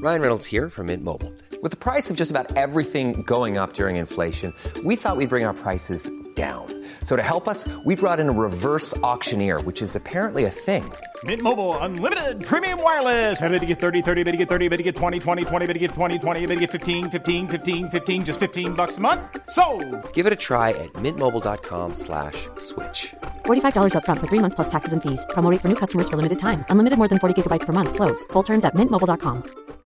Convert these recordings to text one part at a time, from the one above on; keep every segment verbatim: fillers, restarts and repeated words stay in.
Ryan Reynolds here from Mint Mobile. With the price of just about everything going up during inflation, we thought we'd bring our prices down. So to help us, we brought in a reverse auctioneer, which is apparently a thing. Mint Mobile Unlimited Premium Wireless. How to get thirty, thirty, how to get thirty, how to get twenty, twenty, twenty, how to get twenty, twenty, how to get fifteen, fifteen, fifteen, fifteen, just fifteen bucks a month? Sold! Give it a try at mintmobile.com slash switch. forty-five dollars up front for three months plus taxes and fees. Promo rate for new customers for limited time. Unlimited more than forty gigabytes per month. Slows full terms at mint mobile dot com.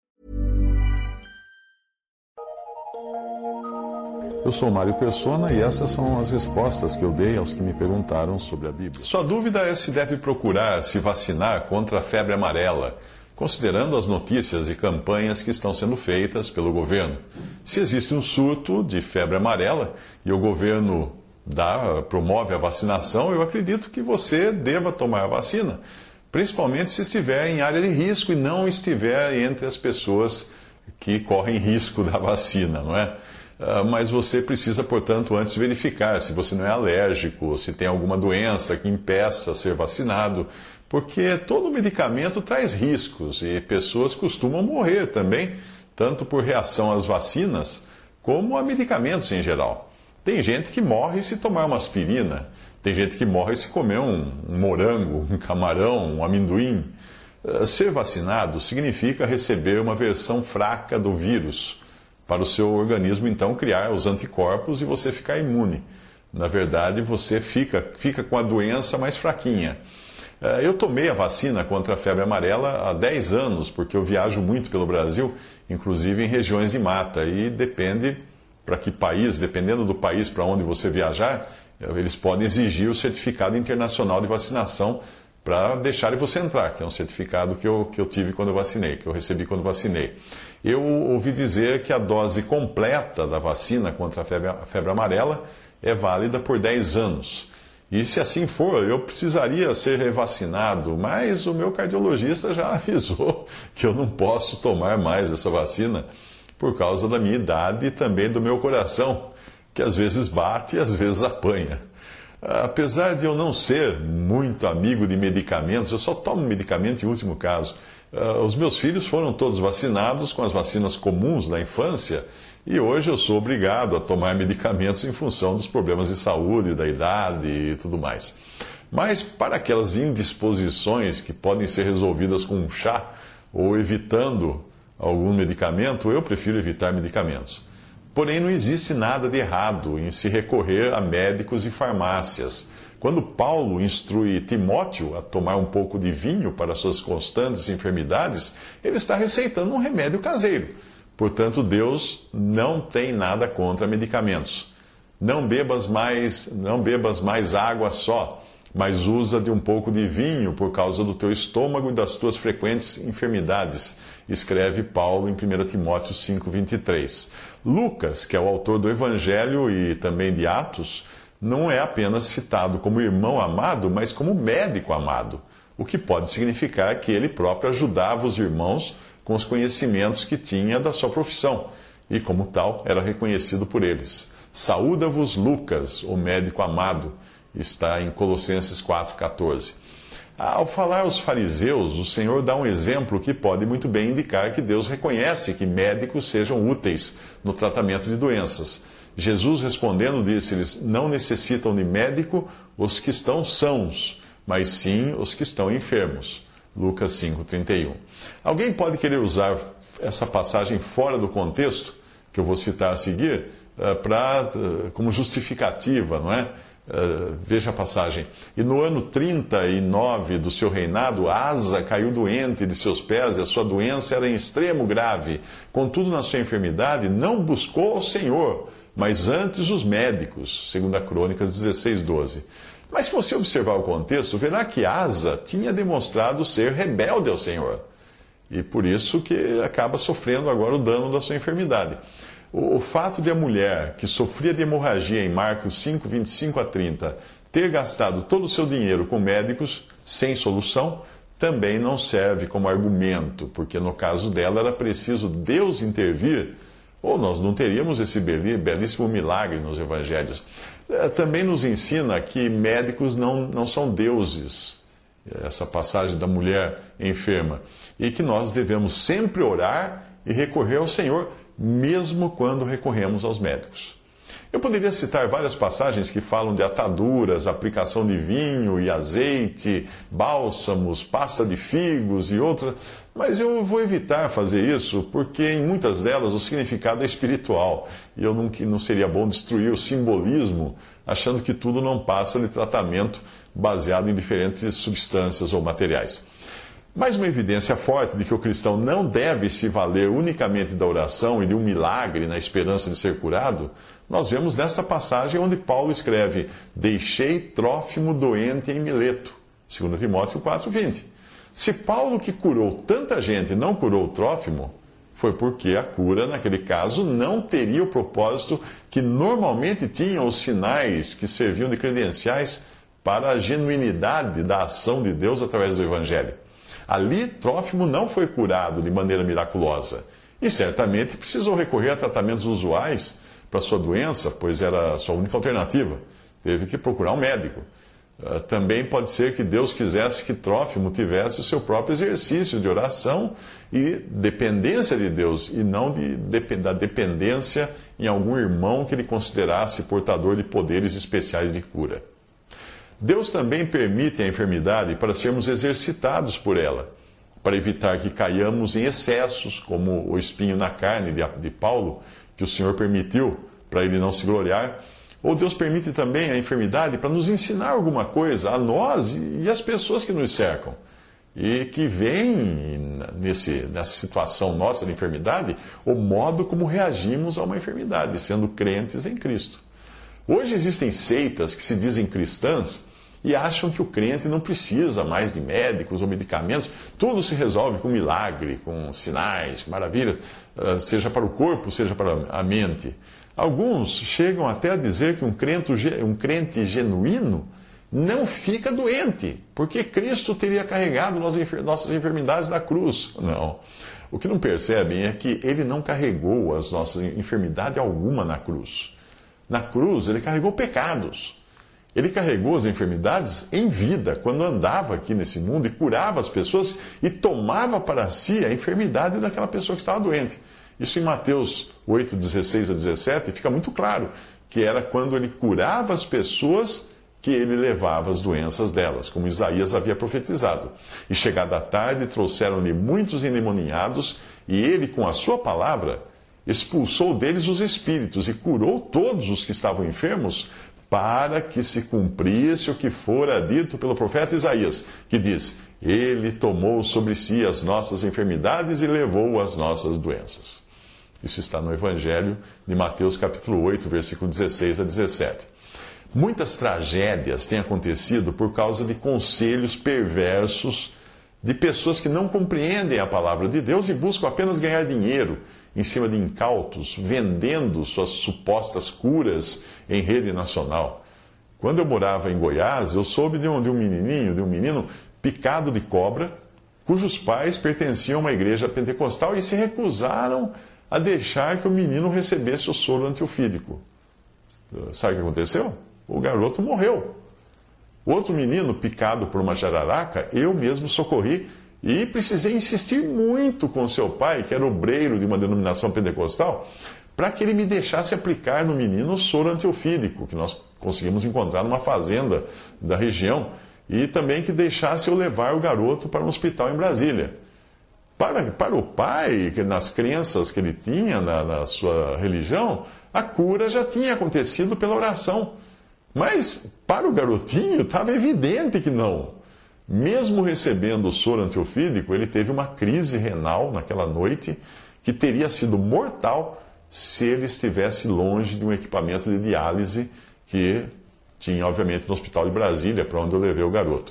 Eu sou Mário Persona e essas são as respostas que eu dei aos que me perguntaram sobre a Bíblia. Sua dúvida é se deve procurar se vacinar contra a febre amarela, considerando as notícias e campanhas que estão sendo feitas pelo governo. Se existe um surto de febre amarela e o governo dá, promove a vacinação, eu acredito que você deva tomar a vacina, principalmente se estiver em área de risco e não estiver entre as pessoas que correm risco da vacina, não é? Uh, mas você precisa, portanto, antes verificar se você não é alérgico, se tem alguma doença que impeça ser vacinado, porque todo medicamento traz riscos e pessoas costumam morrer também, tanto por reação às vacinas, como a medicamentos em geral. Tem gente que morre se tomar uma aspirina, tem gente que morre se comer um, um morango, um camarão, um amendoim. Uh, ser vacinado significa receber uma versão fraca do vírus, para o seu organismo, então, criar os anticorpos e você ficar imune. Na verdade, você fica, fica com a doença mais fraquinha. Eu tomei a vacina contra a febre amarela há dez anos, porque eu viajo muito pelo Brasil, inclusive em regiões de mata, e depende para que país, dependendo do país para onde você viajar, eles podem exigir o certificado internacional de vacinação para deixarem você entrar, que é um certificado que eu, que eu tive quando eu vacinei, que eu recebi quando vacinei. Eu ouvi dizer que a dose completa da vacina contra a febre, a febre amarela é válida por dez anos. E se assim for, eu precisaria ser revacinado, mas o meu cardiologista já avisou que eu não posso tomar mais essa vacina por causa da minha idade e também do meu coração, que às vezes bate e às vezes apanha. Apesar de eu não ser muito amigo de medicamentos, eu só tomo medicamento em último caso. Uh, os meus filhos foram todos vacinados com as vacinas comuns da infância e hoje eu sou obrigado a tomar medicamentos em função dos problemas de saúde, da idade e tudo mais. Mas para aquelas indisposições que podem ser resolvidas com um chá ou evitando algum medicamento, eu prefiro evitar medicamentos. Porém, não existe nada de errado em se recorrer a médicos e farmácias. Quando Paulo instrui Timóteo a tomar um pouco de vinho para suas constantes enfermidades, ele está receitando um remédio caseiro. Portanto, Deus não tem nada contra medicamentos. Não bebas mais, não bebas mais água só, mas usa de um pouco de vinho por causa do teu estômago e das tuas frequentes enfermidades, escreve Paulo em primeira Timóteo cinco, vinte e três. Lucas, que é o autor do Evangelho e também de Atos, não é apenas citado como irmão amado, mas como médico amado, o que pode significar que ele próprio ajudava os irmãos com os conhecimentos que tinha da sua profissão, e como tal era reconhecido por eles. Saúda-vos Lucas, o médico amado, está em Colossenses quatro, quatorze. Ao falar aos fariseus, o Senhor dá um exemplo que pode muito bem indicar que Deus reconhece que médicos sejam úteis no tratamento de doenças. Jesus respondendo disse-lhes, não necessitam de médico os que estão sãos, mas sim os que estão enfermos. Lucas cinco, trinta e um. Alguém pode querer usar essa passagem fora do contexto, que eu vou citar a seguir, pra, como justificativa, não é? Uh, veja a passagem. E no ano trinta e nove do seu reinado, Asa caiu doente de seus pés e a sua doença era em extremo grave. Contudo, na sua enfermidade, não buscou o Senhor, mas antes os médicos, segundo a Crônicas dezesseis, doze. Mas se você observar o contexto, verá que Asa tinha demonstrado ser rebelde ao Senhor. E por isso que acaba sofrendo agora o dano da sua enfermidade. O fato de a mulher que sofria de hemorragia em Marcos cinco, vinte e cinco a trinta ter gastado todo o seu dinheiro com médicos sem solução, também não serve como argumento, porque no caso dela era preciso Deus intervir, ou nós não teríamos esse belíssimo milagre nos evangelhos. Também nos ensina que médicos não, não são deuses. essa passagem da mulher enferma, e que nós devemos sempre orar e recorrer ao Senhor, mesmo quando recorremos aos médicos. Eu poderia citar várias passagens que falam de ataduras, aplicação de vinho e azeite, bálsamos, pasta de figos e outras, mas eu vou evitar fazer isso porque em muitas delas o significado é espiritual e eu não, não seria bom destruir o simbolismo achando que tudo não passa de tratamento baseado em diferentes substâncias ou materiais. Mais uma evidência forte de que o cristão não deve se valer unicamente da oração e de um milagre na esperança de ser curado, nós vemos nesta passagem onde Paulo escreve: deixei Trófimo doente em Mileto, segundo Timóteo quatro, vinte. Se Paulo, que curou tanta gente, não curou Trófimo, foi porque a cura, naquele caso, não teria o propósito que normalmente tinham os sinais que serviam de credenciais para a genuinidade da ação de Deus através do Evangelho. Ali, Trófimo não foi curado de maneira miraculosa e certamente precisou recorrer a tratamentos usuais para sua doença, pois era a sua única alternativa. Teve que procurar um médico. Também pode ser que Deus quisesse que Trófimo tivesse o seu próprio exercício de oração e dependência de Deus, e não de, da dependência em algum irmão que ele considerasse portador de poderes especiais de cura. Deus também permite a enfermidade para sermos exercitados por ela, para evitar que caiamos em excessos, como o espinho na carne de, de Paulo, que o Senhor permitiu para ele não se gloriar. Ou Deus permite também a enfermidade para nos ensinar alguma coisa a nós e às pessoas que nos cercam. E que veem nesse, nessa situação nossa de enfermidade o modo como reagimos a uma enfermidade, sendo crentes em Cristo. Hoje existem seitas que se dizem cristãs e acham que o crente não precisa mais de médicos ou medicamentos. Tudo se resolve com milagre, com sinais, com maravilha, seja para o corpo, seja para a mente. Alguns chegam até a dizer que um crente, um crente genuíno não fica doente, porque Cristo teria carregado nossas enfermidades na cruz. Não. O que não percebem é que ele não carregou as nossas enfermidades alguma na cruz. Na cruz, ele carregou pecados. Ele carregou as enfermidades em vida, quando andava aqui nesse mundo e curava as pessoas e tomava para si a enfermidade daquela pessoa que estava doente. Isso em Mateus oito, dezesseis a dezessete fica muito claro, que era quando ele curava as pessoas que ele levava as doenças delas, como Isaías havia profetizado. E chegada a tarde, trouxeram-lhe muitos endemoniados, e ele, com a sua palavra, expulsou deles os espíritos e curou todos os que estavam enfermos, para que se cumprisse o que fora dito pelo profeta Isaías, que diz: ele tomou sobre si as nossas enfermidades e levou as nossas doenças. Isso está no Evangelho de Mateus capítulo oito, versículo dezesseis a dezessete. Muitas tragédias têm acontecido por causa de conselhos perversos de pessoas que não compreendem a palavra de Deus e buscam apenas ganhar dinheiro em cima de incautos, vendendo suas supostas curas em rede nacional. Quando eu morava em Goiás, eu soube de um, de um menininho, de um menino picado de cobra, cujos pais pertenciam a uma igreja pentecostal e se recusaram a deixar que o menino recebesse o soro antiofídico. Sabe o que aconteceu? O garoto morreu. Outro menino picado por uma jararaca, eu mesmo socorri e precisei insistir muito com seu pai, que era obreiro de uma denominação pentecostal, para que ele me deixasse aplicar no menino o soro antiofídico, que nós conseguimos encontrar numa fazenda da região, e também que deixasse eu levar o garoto para um hospital em Brasília. Para, para o pai, que nas crenças que ele tinha na, na sua religião, a cura já tinha acontecido pela oração. Mas para o garotinho estava evidente que não. Mesmo recebendo o soro antiofídico, ele teve uma crise renal naquela noite que teria sido mortal se ele estivesse longe de um equipamento de diálise que tinha, obviamente, no Hospital de Brasília, para onde eu levei o garoto.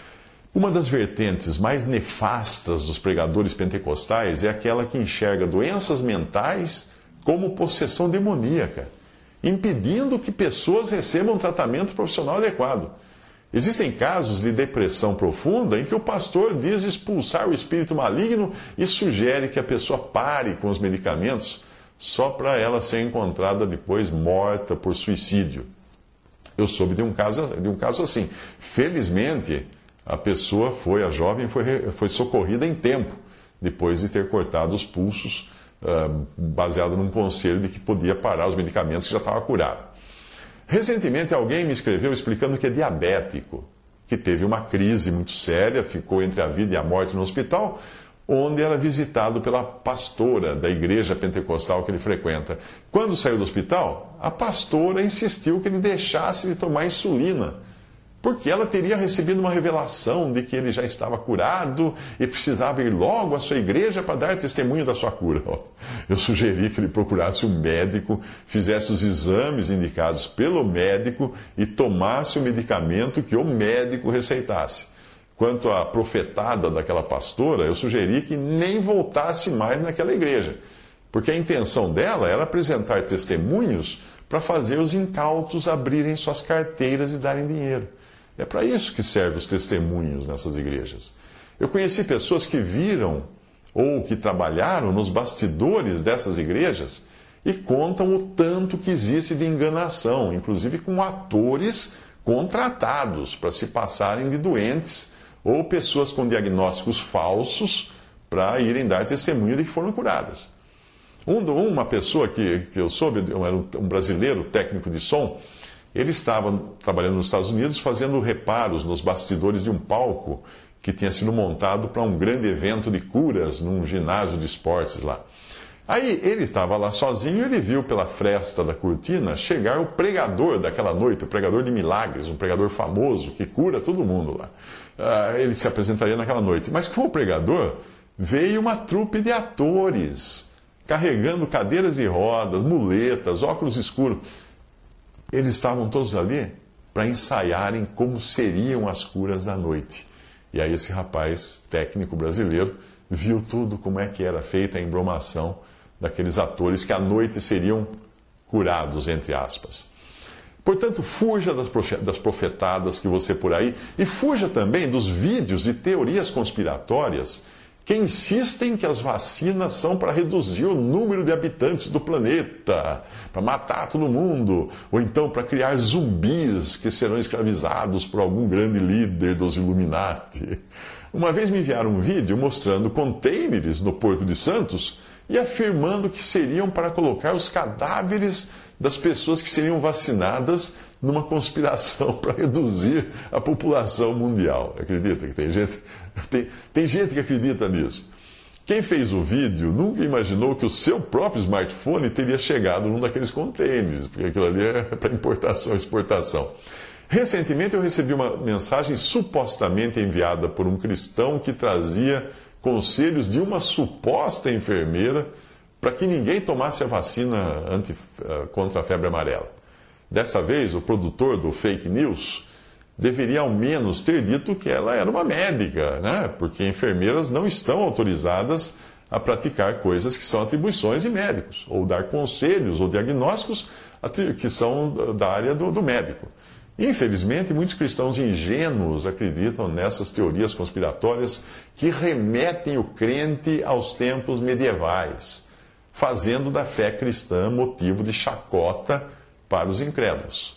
Uma das vertentes mais nefastas dos pregadores pentecostais é aquela que enxerga doenças mentais como possessão demoníaca, impedindo que pessoas recebam um tratamento profissional adequado. Existem casos de depressão profunda em que o pastor diz expulsar o espírito maligno e sugere que a pessoa pare com os medicamentos só para ela ser encontrada depois morta por suicídio. Eu soube de um caso, de um caso assim. Felizmente, a pessoa foi, a jovem foi, foi socorrida em tempo, depois de ter cortado os pulsos, uh, baseado num conselho de que podia parar os medicamentos que já estava curado. Recentemente alguém me escreveu explicando que é diabético, que teve uma crise muito séria, ficou entre a vida e a morte no hospital, onde era visitado pela pastora da igreja pentecostal que ele frequenta. Quando saiu do hospital, a pastora insistiu que ele deixasse de tomar insulina, porque ela teria recebido uma revelação de que ele já estava curado e precisava ir logo à sua igreja para dar testemunho da sua cura. Eu sugeri que ele procurasse um médico, fizesse os exames indicados pelo médico e tomasse o medicamento que o médico receitasse. Quanto à profetada daquela pastora, eu sugeri que nem voltasse mais naquela igreja, porque a intenção dela era apresentar testemunhos para fazer os incautos abrirem suas carteiras e darem dinheiro. É para isso que servem os testemunhos nessas igrejas. Eu conheci pessoas que viram ou que trabalharam nos bastidores dessas igrejas e contam o tanto que existe de enganação, inclusive com atores contratados para se passarem de doentes ou pessoas com diagnósticos falsos para irem dar testemunho de que foram curadas. Um, uma pessoa que, que eu soube, um brasileiro técnico de som, ele estava trabalhando nos Estados Unidos fazendo reparos nos bastidores de um palco que tinha sido montado para um grande evento de curas num ginásio de esportes lá. Aí ele estava lá sozinho e ele viu pela fresta da cortina chegar o pregador daquela noite, o pregador de milagres, um pregador famoso que cura todo mundo lá. Uh, ele se apresentaria naquela noite. Mas com o pregador veio uma trupe de atores, carregando cadeiras de rodas, muletas, óculos escuros. Eles estavam todos ali para ensaiarem como seriam as curas da noite. E aí esse rapaz técnico brasileiro viu tudo como é que era feita a embromação daqueles atores que à noite seriam curados, entre aspas. Portanto, fuja das profetadas que você por aí, e fuja também dos vídeos e teorias conspiratórias que insistem que as vacinas são para reduzir o número de habitantes do planeta, para matar todo mundo, ou então para criar zumbis que serão escravizados por algum grande líder dos Illuminati. Uma vez me enviaram um vídeo mostrando containers no Porto de Santos e afirmando que seriam para colocar os cadáveres das pessoas que seriam vacinadas numa conspiração para reduzir a população mundial. Acredita que tem gente, tem, tem gente que acredita nisso. Quem fez o vídeo nunca imaginou que o seu próprio smartphone teria chegado num daqueles containers, porque aquilo ali é para importação e exportação. Recentemente eu recebi uma mensagem supostamente enviada por um cristão que trazia conselhos de uma suposta enfermeira para que ninguém tomasse a vacina anti, contra a febre amarela. Dessa vez, o produtor do fake news deveria ao menos ter dito que ela era uma médica, né? Porque enfermeiras não estão autorizadas a praticar coisas que são atribuições de médicos, ou dar conselhos ou diagnósticos que são da área do, do médico. Infelizmente, muitos cristãos ingênuos acreditam nessas teorias conspiratórias que remetem o crente aos tempos medievais, fazendo da fé cristã motivo de chacota para os incrédulos.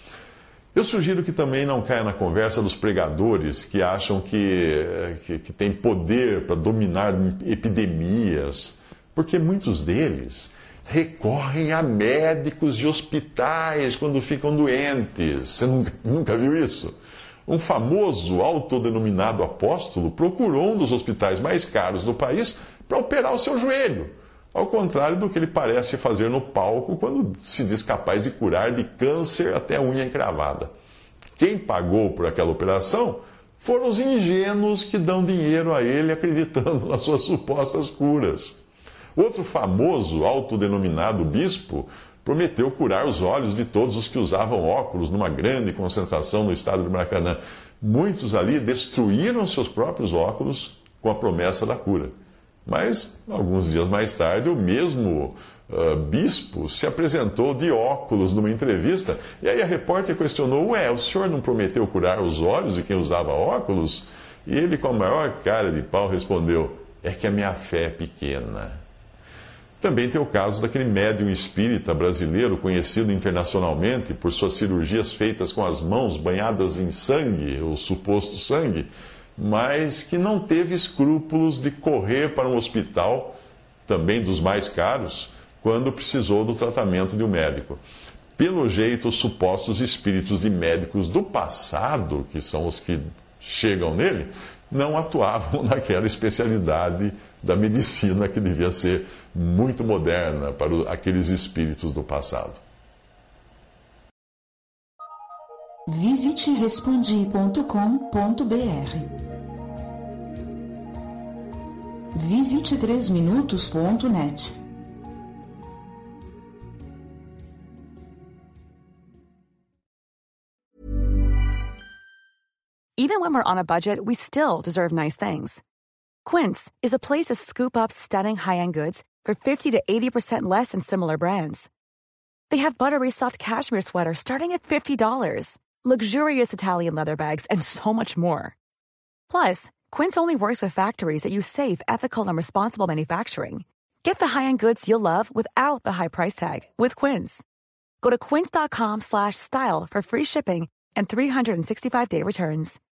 Eu sugiro que também não caia na conversa dos pregadores que acham que, que, que têm poder para dominar epidemias, porque muitos deles recorrem a médicos de hospitais quando ficam doentes. Você nunca, nunca viu isso? Um famoso autodenominado apóstolo procurou um dos hospitais mais caros do país para operar o seu joelho, ao contrário do que ele parece fazer no palco quando se diz capaz de curar de câncer até a unha encravada. Quem pagou por aquela operação foram os ingênuos que dão dinheiro a ele acreditando nas suas supostas curas. Outro famoso autodenominado bispo prometeu curar os olhos de todos os que usavam óculos numa grande concentração no estado do Maracanã. Muitos ali destruíram seus próprios óculos com a promessa da cura. Mas, alguns dias mais tarde, o mesmo uh, bispo se apresentou de óculos numa entrevista. E aí a repórter questionou, ué, o senhor não prometeu curar os olhos de quem usava óculos? E ele, com a maior cara de pau, respondeu, é que a minha fé é pequena. Também tem o caso daquele médium espírita brasileiro conhecido internacionalmente por suas cirurgias feitas com as mãos banhadas em sangue, o suposto sangue, mas que não teve escrúpulos de correr para um hospital, também dos mais caros, quando precisou do tratamento de um médico. Pelo jeito, os supostos espíritos de médicos do passado, que são os que chegam nele, não atuavam naquela especialidade da medicina que devia ser muito moderna para aqueles espíritos do passado. Visite respondi ponto com ponto br. Visite três minutos ponto net. Even when we're on a budget, we still deserve nice things. Quince is a place to scoop up stunning high-end goods for fifty to eighty percent less than similar brands. They have buttery soft cashmere sweaters starting at fifty dollars, luxurious Italian leather bags, and so much more. Plus, Quince only works with factories that use safe, ethical, and responsible manufacturing. Get the high-end goods you'll love without the high price tag with Quince. Go to quince dot com slash style for free shipping and three sixty-five day returns.